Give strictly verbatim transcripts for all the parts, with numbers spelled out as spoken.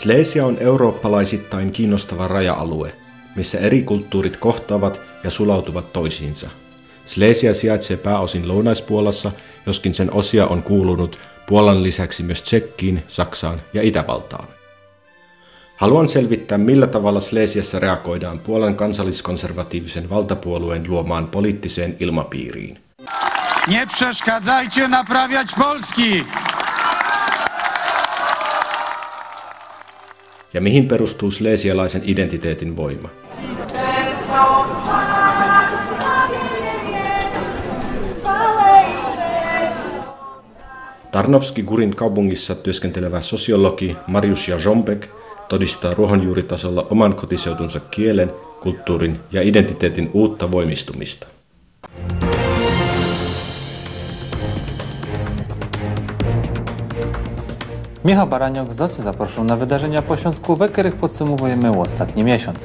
Slesia on eurooppalaisittain kiinnostava raja-alue, missä eri kulttuurit kohtaavat ja sulautuvat toisiinsa. Slesia sijaitsee pääosin Lounais-Puolassa, joskin sen osia on kuulunut Puolan lisäksi myös Tšekkiin, Saksaan ja Itävaltaan. Haluan selvittää, millä tavalla Slesiassa reagoidaan Puolan kansalliskonservatiivisen valtapuolueen luomaan poliittiseen ilmapiiriin. Nie przeszkadzajcie naprawiać Polski! Ja mihin perustuu slesialaisen identiteetin voima? Tarnowski-Górin kaupungissa työskentelevä sosiologi Mariusz Jarząbek todistaa ruohonjuuritasolla oman kotiseutunsa kielen, kulttuurin ja identiteetin uutta voimistumista. Michał Baraniok z O C I zaprosił na wydarzenia po Śląsku, w których podsumowujemy ostatni miesiąc.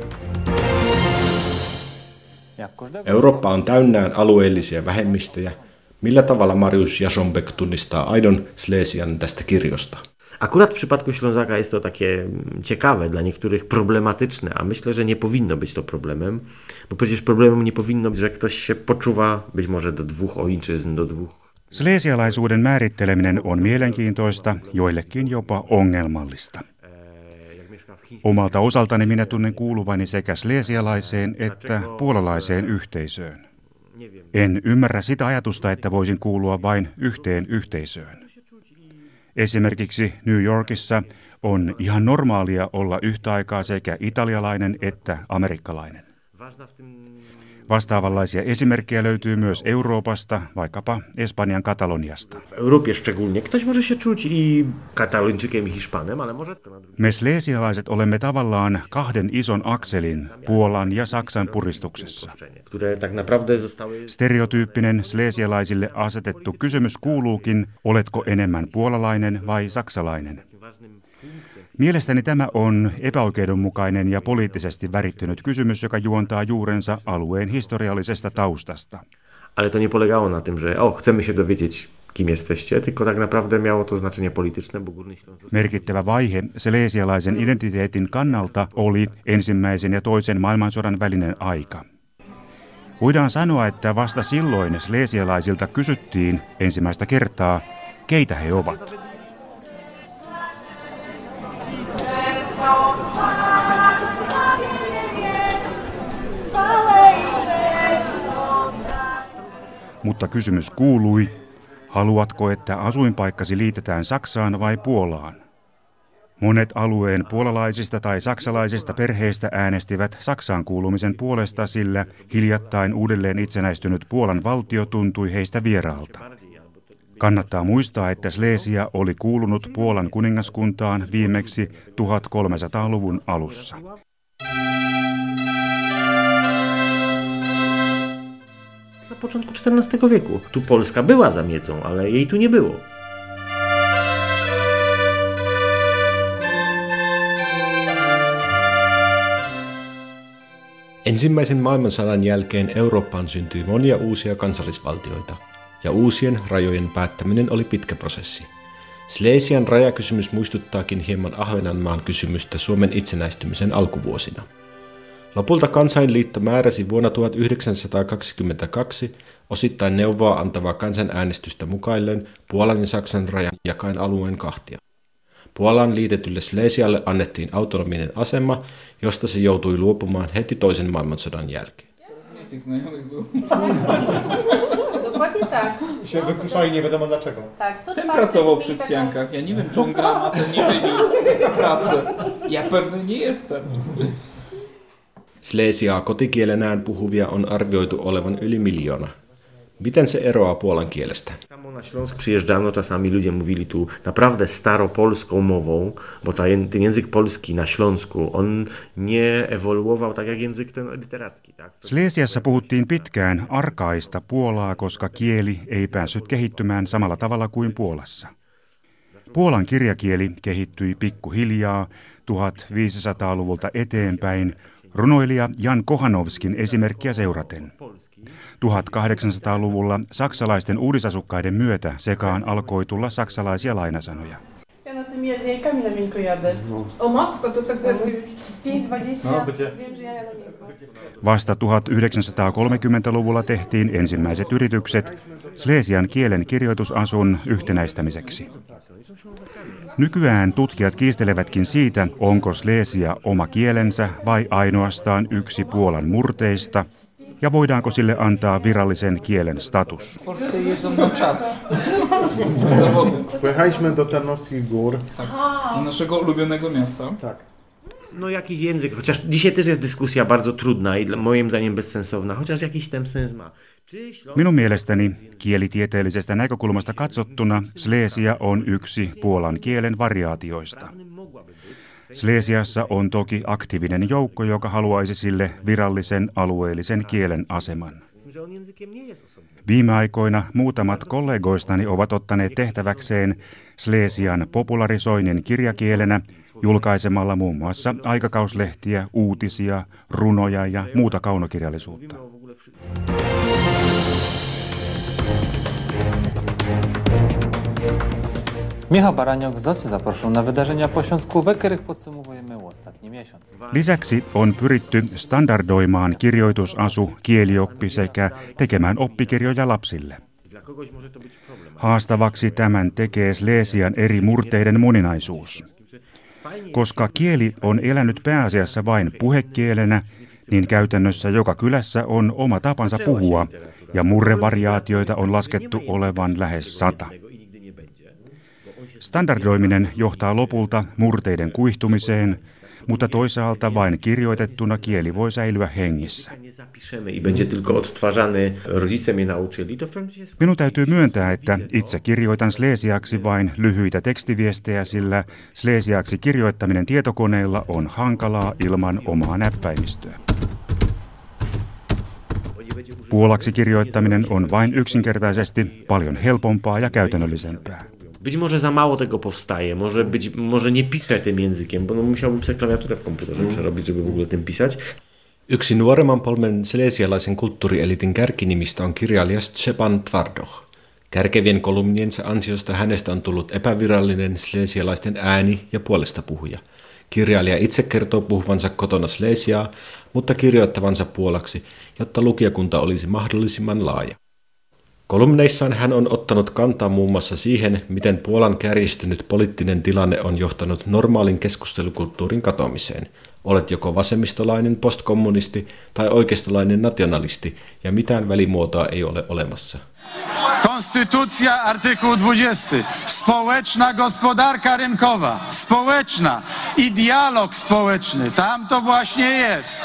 Eurooppa on täynnään alueellisia vähemmistöjä. Millä tavalla Mariusz Jarząbek tunnistaa aidon Slesian tästä kirjosta? Akurat w przypadku Ślązaka jest to takie ciekawe, dla niektórych problematyczne, a myślę, że nie powinno być to problemem, bo przecież problemem nie powinno być, że ktoś się poczuwa być może do dwóch ojczyzn, do dwóch. Slesialaisuuden määritteleminen on mielenkiintoista, joillekin jopa ongelmallista. Omalta osaltani minä tunnen kuuluvani sekä slesialaiseen että puolalaiseen yhteisöön. En ymmärrä sitä ajatusta, että voisin kuulua vain yhteen yhteisöön. Esimerkiksi New Yorkissa on ihan normaalia olla yhtä aikaa sekä italialainen että amerikkalainen. Vastaavanlaisia esimerkkejä löytyy myös Euroopasta, vaikkapa Espanjan Kataloniasta. Europie szczególnie ktoś może się czuć i Katalończykiem i Hiszpanem, ale może Me slesialaiset olemme tavallaan kahden ison akselin, Puolan ja Saksan puristuksessa. Stereotyyppinen slesialaisille asetettu kysymys kuuluukin, oletko enemmän puolalainen vai saksalainen? Mielestäni tämä on epäoikeudenmukainen ja poliittisesti värittynyt kysymys, joka juontaa juurensa alueen historiallisesta taustasta. Ale to nie polegało na tym, że o, chcemy się dowiedzieć, kim jesteście, tylko tak naprawdę miało to znaczenie polityczne, bo Górny Śląsk... Merkittävä vaihe slesialaisen identiteetin kannalta oli ensimmäisen ja toisen maailmansodan välinen aika. Voidaan sanoa, että vasta silloin slesialaisilta kysyttiin ensimmäistä kertaa, keitä he ovat. Mutta kysymys kuului, haluatko, että asuinpaikkasi liitetään Saksaan vai Puolaan? Monet alueen puolalaisista tai saksalaisista perheistä äänestivät Saksaan kuulumisen puolesta, sillä hiljattain uudelleen itsenäistynyt Puolan valtio tuntui heistä vieraalta. Kannattaa muistaa, että Slesia oli kuulunut Puolan kuningaskuntaan viimeksi tuhatkolmesataaluvun alussa. Na początku czternastego wieku. Tu Polska była za miedzą, ale jej tu nie było. Ensimmäisen maailmansodan jälkeen Eurooppaan syntyi monia uusia kansallisvaltioita, ja uusien rajojen päättäminen oli pitkä prosessi. Slesian rajakysymys muistuttaakin hieman Ahvenanmaan kysymystä Suomen itsenäistymisen alkuvuosina. Lopulta Kansainliitto määräsi vuonna tuhatyhdeksänsataakaksikymmentäkaksi osittain neuvoa antavaa kansanäänestystä mukaillen Puolan ja Saksan rajan jakaen alueen kahtia. Puolaan liitetylle Slesialle annettiin autonominen asema, josta se joutui luopumaan heti toisen maailmansodan jälkeen. Dokładnie tak. Się wykuszali, nie wiadomo dlaczego. Tak, co Ten pracował przy Cjankach. Ja nie wiem, czy on gramasę nie wyniósł z pracy. Ja pewny nie jestem. Slesiaa kotikielenään puhuvia on arvioitu olevan yli miljoona. Miten se eroaa puolan kielestä? Samo na Śląsk przyjeżdżano, czasami ludzie mówili tu naprawdę staropolską mową, bo ta, ten język polski na Śląsku, on nie ewoluował tak jak język ten literacki. Tak? Slesiassa puhuttiin pitkään arkaista Puolaa, koska kieli ei päässyt kehittymään samalla tavalla kuin Puolassa. Puolan kirjakieli kehittyi pikkuhiljaa tuhatviisisataaluvulta eteenpäin, runoilija Jan Kochanowskin esimerkkiä seuraten. tuhatkahdeksansataaluvulla saksalaisten uudisasukkaiden myötä sekaan alkoi tulla saksalaisia lainasanoja. Ja na tej tymi jajkami na miękko jadę. No. O matko, to tak jakby pięć dwadzieścia. No, będzie. Wiem, że jaja na miękko. Vasta tuhatyhdeksänsataakolmekymmentäluvulla tehtiin ensimmäiset yritykset Slesian kielen kirjoitusasun yhtenäistämiseksi. Nykyään tutkijat kiistelevätkin siitä, onko Slesia oma kielensä vai ainoastaan yksi Puolan murteista, ja voidaanko sille antaa virallisen kielen status. W Polsce jeżdżą na czas. Na zawody. Pojechaliśmy do Tarnowskich Gór. Tak. Do naszego ulubionego miasta. Tak. No jakiś język, chociaż dzisiaj też jest dyskusja bardzo trudna i moim zdaniem bezsensowna, chociaż jakiś ten sens ma. Minun mielestäni kielitieteellisestä näkökulmasta katsottuna Slesia on yksi puolan kielen variaatioista. Slesiassa on toki aktiivinen joukko, joka haluaisi sille virallisen alueellisen kielen aseman. Viime aikoina muutamat kollegoistani ovat ottaneet tehtäväkseen Slesian popularisoinnin kirjakielenä julkaisemalla muun muassa aikakauslehtiä, uutisia, runoja ja muuta kaunokirjallisuutta. Michał Baraniok z O C I zaprosił na wydarzenia po Śląsku, w których podsumowujemy ostatni miesiąc. Lisäksi on pyritty standardoimaan kirjoitusasu, kielioppi sekä tekemään oppikirjoja lapsille. Haastavaksi tämän tekee Slesian eri murteiden moninaisuus. Koska kieli on elänyt pääasiassa vain puhekielenä, niin käytännössä joka kylässä on oma tapansa puhua, ja murrevariaatioita on laskettu olevan lähes sata. Standardoiminen johtaa lopulta murteiden kuihtumiseen, mutta toisaalta vain kirjoitettuna kieli voi säilyä hengissä. Minun täytyy myöntää, että itse kirjoitan slesiaksi vain lyhyitä tekstiviestejä, sillä slesiaksi kirjoittaminen tietokoneella on hankalaa ilman omaa näppäimistöä. Puolaksi kirjoittaminen on vain yksinkertaisesti paljon helpompaa ja käytännöllisempää. Być może za mało tego powstaje, może, być, może nie piszę tym językiem, bo no musiałbym sobie klawiaturę w komputerze mm. przerobić, żeby w ogóle tym pisać. Yksi nuoremman polven slesialaisen kulttuurielitin kärkinimistä on kirjailija Szczepan Twardoch. Kärkevien kolumniensa ansiosta hänestä on tullut epävirallinen slesialaisten ääni ja puolesta puhuja. Kirjailija itse kertoo puhuvansa kotona slesiaa, mutta kirjoittavansa puolaksi, jotta lukijakunta olisi mahdollisimman laaja. Kolumneissaan hän on ottanut kantaa muun muassa siihen, miten Puolan kärjistynyt poliittinen tilanne on johtanut normaalin keskustelukulttuurin katoamiseen. Olet joko vasemmistolainen postkommunisti tai oikeistolainen nationalisti, ja mitään välimuotoa ei ole olemassa. Konstytucja, artykuł dwudziesty. Społeczna gospodarka rynkowa. Społeczna i dialog społeczny. Tam to właśnie jest.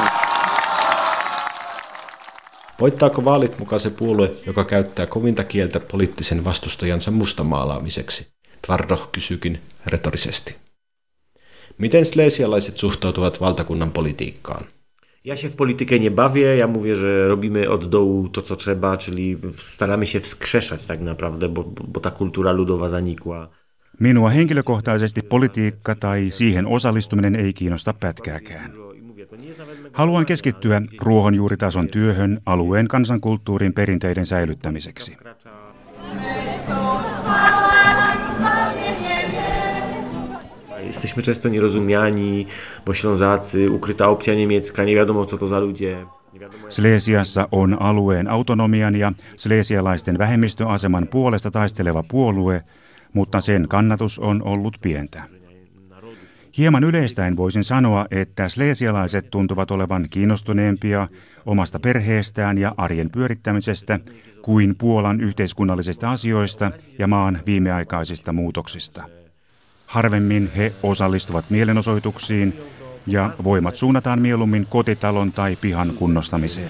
Voittaako vaalit mukaan se puolue, joka käyttää kovinta kieltä poliittisen vastustajansa mustamaalaamiseksi? Twardoch kysyykin retorisesti. Miten slesialaiset suhtautuvat valtakunnan politiikkaan? Ja się w politykę nie bawię, ja mówię, że robimy od dołu to, co trzeba, czyli staramy się wskrzeszać tak naprawdę, bo, bo ta kultura ludowa zanikła. Minua henkilökohtaisesti politiikka tai siihen osallistuminen ei kiinnosta pätkääkään. Haluan keskittyä ruohonjuuritason työhön alueen kansankulttuurin perinteiden säilyttämiseksi. Jesteśmy często nierozumiani, bo Ślązacy, ukryta opcja niemiecka, nie wiadomo co to za ludzie. Slesiassa on alueen autonomian ja slesialaisten vähemmistöaseman puolesta taisteleva puolue, mutta sen kannatus on ollut pientä. Hieman yleistäen voisin sanoa, että slesialaiset tuntuvat olevan kiinnostuneempia omasta perheestään ja arjen pyörittämisestä kuin Puolan yhteiskunnallisista asioista ja maan viimeaikaisista muutoksista. Harvemmin he osallistuvat mielenosoituksiin ja voimat suunnataan mieluummin kotitalon tai pihan kunnostamiseen.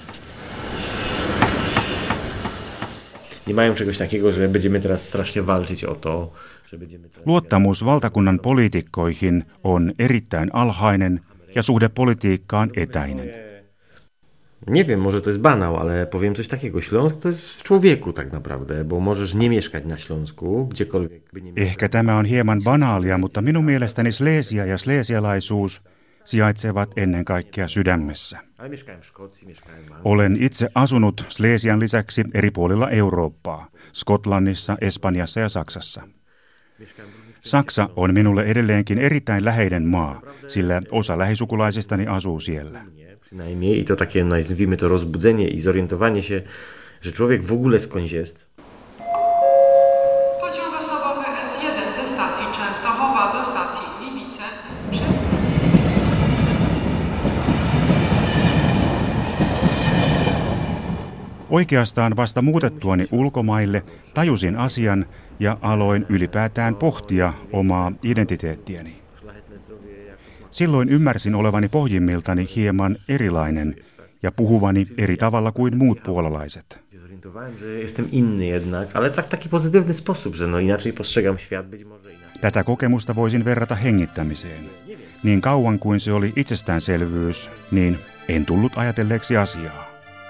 Nie mają czegoś takiego, że będziemy teraz strasznie walczyć o to. Luottamus valtakunnan poliitikkoihin on erittäin alhainen ja suhde politiikkaan etäinen. Nie wiem, może to jest banał, ale powiem coś takiego. Śląsk to jest w człowieku tak naprawdę, bo możesz nie mieszkać na Śląsku, gdziekolwiek by nie mieszkać. Ehkä tämä on hieman banaalia, mutta minun mielestäni slesia ja slesialaisuus sijaitsevat ennen kaikkea sydämessä. Olen itse asunut Slesian lisäksi eri puolilla Eurooppaa, Skotlannissa, Espanjassa ja Saksassa. Saksa on minulle edelleenkin erittäin läheinen maa, sillä osa lähisukulaisistani asuu siellä. Przynajmniej, i to takie, nazwijmy to, rozbudzenie i zorientowanie się, że człowiek w ogóle skądś jest. Pociąg osobowy S jeden ze stacji Częstochowa do stacji Gliwice przez... Oikeastaan vasta muutettuani ulkomaille tajusin asian ja aloin ylipäätään pohtia omaa identiteettiäni. Silloin ymmärsin olevani pohjimmiltani hieman erilainen ja puhuvani eri tavalla kuin muut puolalaiset. Tätä kokemusta voisin verrata hengittämiseen. Niin kauan kuin se oli itsestäänselvyys, niin en tullut ajatelleeksi asiaa.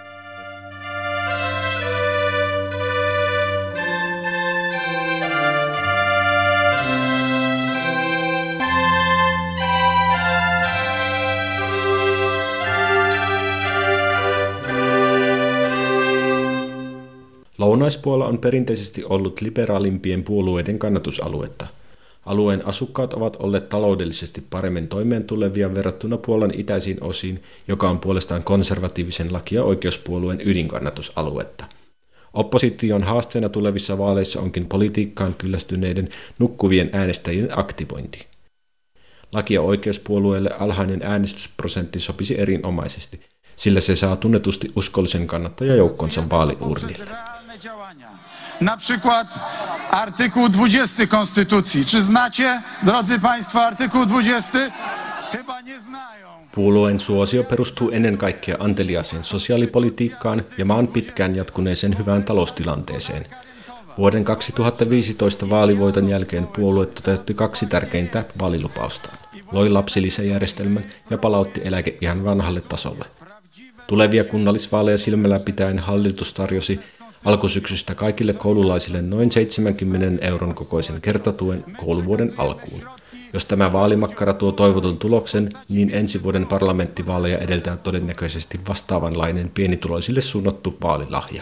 Lounais-Puola on perinteisesti ollut liberaalimpien puolueiden kannatusaluetta. Alueen asukkaat ovat olleet taloudellisesti paremmin toimeentulevia verrattuna Puolan itäisiin osiin, joka on puolestaan konservatiivisen laki- ja oikeuspuolueen ydinkannatusaluetta. Opposition haasteena tulevissa vaaleissa onkin politiikkaan kyllästyneiden nukkuvien äänestäjien aktivointi. Laki- ja oikeuspuolueelle alhainen äänestysprosentti sopisi erinomaisesti, sillä se saa tunnetusti uskollisen kannattajajoukkonsa vaaliurnille. Na przykład artykuł dwudziesty Konstytucji. Czy znacie, drodzy Państwo, artykuł dwudziesty? Chyba nie znają. Puolueen suosio perustuu ennen kaikkea anteliaaseen sosiaalipolitiikkaan ja maan pitkään jatkuneeseen hyvään taloustilanteeseen. Vuoden kaksituhattaviisitoista vaalivoiton jälkeen puolue toteutti kaksi tärkeintä vaalilupaustaan. Loi lapsilisäjärjestelmän ja palautti eläkeiän vanhalle tasolle. Tulevia kunnallisvaaleja silmällä pitäen hallitus tarjosi alkusyksystä kaikille koululaisille noin seitsemänkymmenen euron kokoisen kertatuen kouluvuoden alkuun. Jos tämä vaalimakkara tuo toivotun tuloksen, niin ensi vuoden parlamenttivaaleja edeltää todennäköisesti vastaavanlainen pienituloisille suunnattu vaalilahja.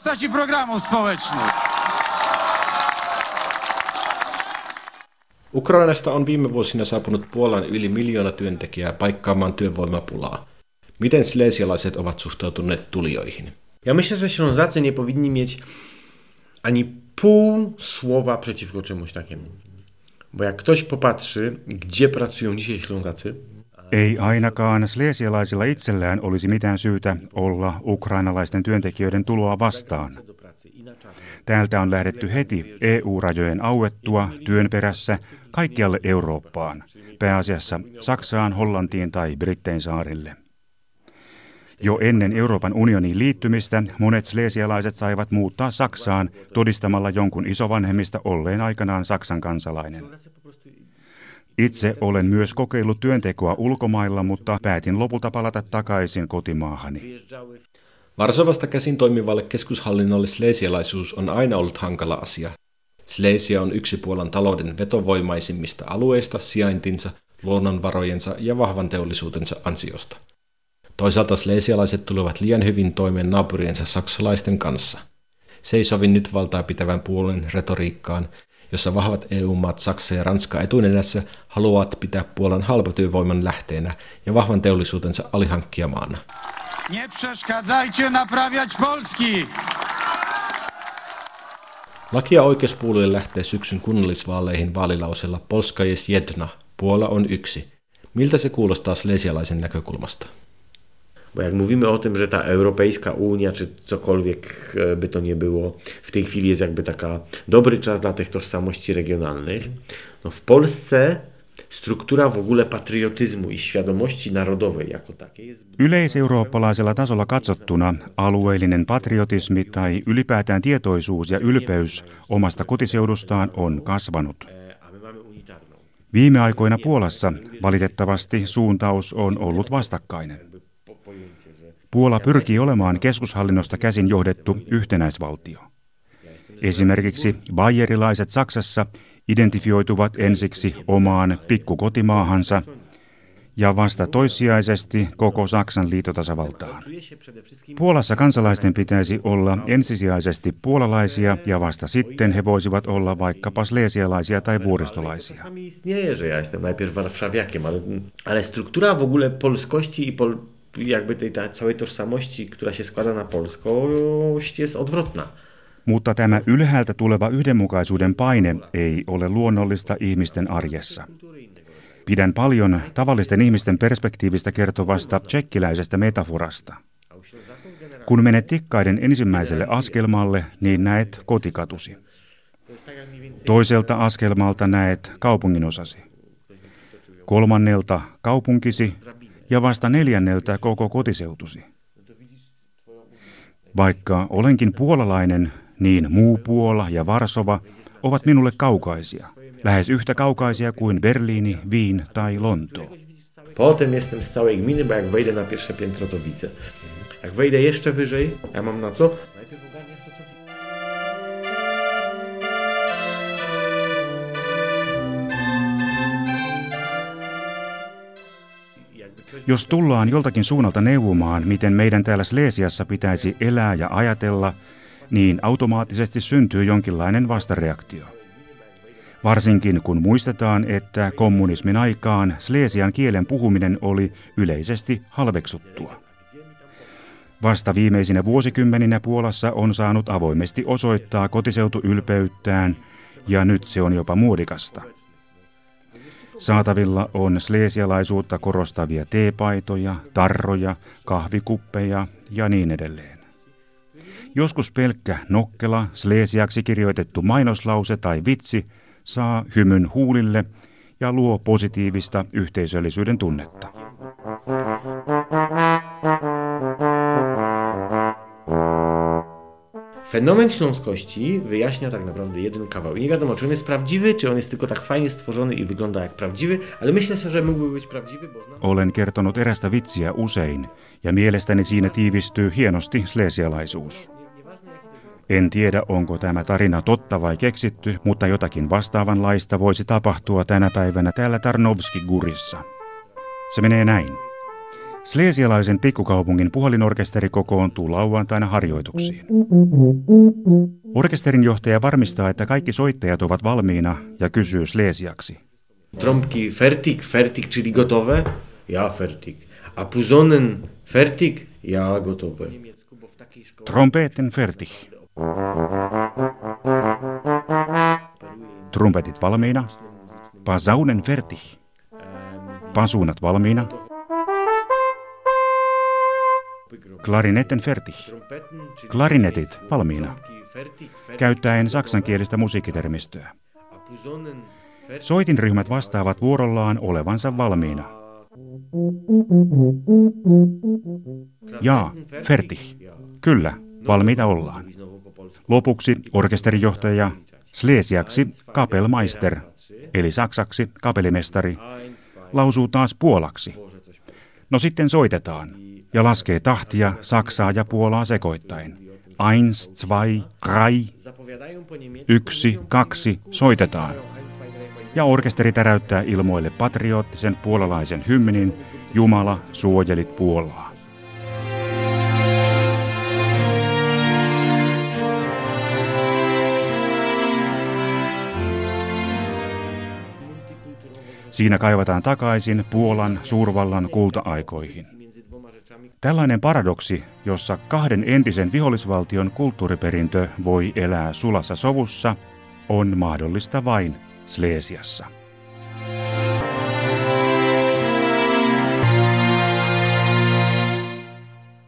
Ukrainasta on viime vuosina saapunut Puolaan yli miljoona työntekijää paikkaamaan työvoimapulaa. Miten slesialaiset ovat suhtautuneet tulijoihin? Ja myślę, że Ślązacy nie powinni mieć ani pół słowa przeciwko czemuś takiemu. Bo jak ktoś popatrzy, gdzie pracują dzisiaj Ślązacy... Ei ainakaan slesialaisilla itsellään olisi mitään syytä olla ukrainalaisten työntekijöiden tuloa vastaan. Täältä on lähdetty heti E U-rajojen auettua työn perässä kaikkialle Eurooppaan, pääasiassa Saksaan, Hollantiin tai Brittein saarille. Jo ennen Euroopan unionin liittymistä monet slesialaiset saivat muuttaa Saksaan todistamalla jonkun isovanhemmista olleen aikanaan Saksan kansalainen. Itse olen myös kokeillut työntekoa ulkomailla, mutta päätin lopulta palata takaisin kotimaahani. Varsovasta käsin toimivalle keskushallinnolle slesialaisuus on aina ollut hankala asia. Slesia on yksi Puolan talouden vetovoimaisimmista alueista sijaintinsa, luonnonvarojensa ja vahvan teollisuutensa ansiosta. Toisaalta slesialaiset tulevat liian hyvin toimeen naapuriensa saksalaisten kanssa. Se ei sovi nyt valtaa pitävän puolen retoriikkaan, jossa vahvat E U-maat Saksa ja Ranska etunenässä haluavat pitää Puolan halpatyövoiman lähteenä ja vahvan teollisuutensa alihankkijamaana. Nie przeszkadzajcie naprawiać Polski! Laki- ja oikeuspuolue lähtee syksyn kunnallisvaaleihin vaalilausella Polska jest jedna, Puola on yksi. Miltä se kuulostaa slesialaisen näkökulmasta? Bo jak mówimy o tym, że ta Europejska Unia, czy cokolwiek by to nie było, w tej chwili jest jakby taka dobry czas dla tych tożsamości regionalnych, no w Polsce struktura w ogóle patriotyzmu i świadomości narodowej jako takiej jest... Yleiseurooppalaisella tasolla katsottuna alueellinen patriotismi tai ylipäätään tietoisuus ja ylpeys omasta kotiseudustaan on kasvanut. Viime aikoina Puolassa valitettavasti suuntaus on ollut vastakkainen. Puola pyrkii olemaan keskushallinnosta käsin johdettu yhtenäisvaltio. Esimerkiksi bayerilaiset Saksassa identifioituvat ensiksi omaan pikkukotimaahansa ja vasta toissijaisesti koko Saksan liittotasavaltaan. Puolassa kansalaisten pitäisi olla ensisijaisesti puolalaisia ja vasta sitten he voisivat olla vaikkapa slesialaisia tai vuoristolaisia. Ale struktura w ogóle polskości i pol, jakby tej całej tożsamości, która się składa na polskość, jest odwrotna. Mutta tämä ylhäältä tuleva yhdenmukaisuuden paine ei ole luonnollista ihmisten arjessa. Pidän paljon tavallisten ihmisten perspektiivistä kertovasta tsekkiläisestä metaforasta. Kun menet tikkaiden ensimmäiselle askelmalle, niin näet kotikatusi. Toiselta askelmalta näet kaupunginosasi. Kolmannelta kaupunkisi ja vasta neljänneltä koko kotiseutusi. Vaikka olenkin puolalainen, niin muu Puola ja Varsova ovat minulle kaukaisia. Lähes yhtä kaukaisia kuin Berliini, Wien tai Lontoo. Potem jestem z całej gminy, bo jak wejdę na pierwsze piętro, to widzę. Jak wejdę jeszcze wyżej, ja mam na co? Najpierw ogarniam to, co widzę. Jos tullaan joltakin suunnalta neuvomaan, miten meidän täällä Slesiassa pitäisi elää ja ajatella, niin automaattisesti syntyy jonkinlainen vastareaktio. Varsinkin kun muistetaan, että kommunismin aikaan slesian kielen puhuminen oli yleisesti halveksuttua. Vasta viimeisinä vuosikymmeninä Puolassa on saanut avoimesti osoittaa kotiseutuylpeyttään, ja nyt se on jopa muodikasta. Saatavilla on slesialaisuutta korostavia teepaitoja, tarroja, kahvikuppeja ja niin edelleen. Joskus pelkkä nokkela, slesiaksi kirjoitettu mainoslause tai vitsi saa hymyn huulille ja luo positiivista yhteisöllisyyden tunnetta. Fenomen śląskości wyjaśnia tak naprawdę jeden kawał. I nie wiadomo, czy on jest prawdziwy, czy on jest tylko tak fajnie stworzony i wygląda jak prawdziwy, ale myślę sobie, że mógłby być prawdziwy, bo znam... Olen kertonut erästä vitsiä usein, ja mielestäni siinä tiivistyy hienosti slesialaisuus. En tiedä, onko tämä tarina totta vai keksitty, mutta jotakin vastaavanlaista voisi tapahtua tänä päivänä täällä Tarnowski-Górissa. Se menee näin. Slesialaisen pikkukaupungin puhalinorkesteri kokoontuu lauantaina harjoituksiin. Orkesterin johtaja varmistaa, että kaikki soittajat ovat valmiina ja kysyy slesiaksi. Trąbki fertig, fertig, czyli gotowe? Ja fertig. A puzonen fertig? Ja gotowe. Trompeten fertig. Trumpetit valmiina. Pasaunen fertig. Pasuunat valmiina. Klarinetten fertig. Klarinetit valmiina. Käyttäen saksankielistä musiikkitermistöä. Soitinryhmät vastaavat vuorollaan olevansa valmiina. Jaa, fertig. Kyllä, valmiita ollaan. Lopuksi orkesterijohtaja, slesiaksi kapellmeister, eli saksaksi kapellimestari, lausuu taas puolaksi. No sitten soitetaan ja laskee tahtia Saksaa ja Puolaa sekoittain. Eins, zwei, drei. Yksi, kaksi, soitetaan. Ja orkesteri täräyttää ilmoille patriottisen puolalaisen hymnin Jumala suojelit Puolaa. Siinä kaivataan takaisin Puolan suurvallan kulta-aikoihin. Tällainen paradoksi, jossa kahden entisen vihollisvaltion kulttuuriperintö voi elää sulassa sovussa, on mahdollista vain Slesiassa.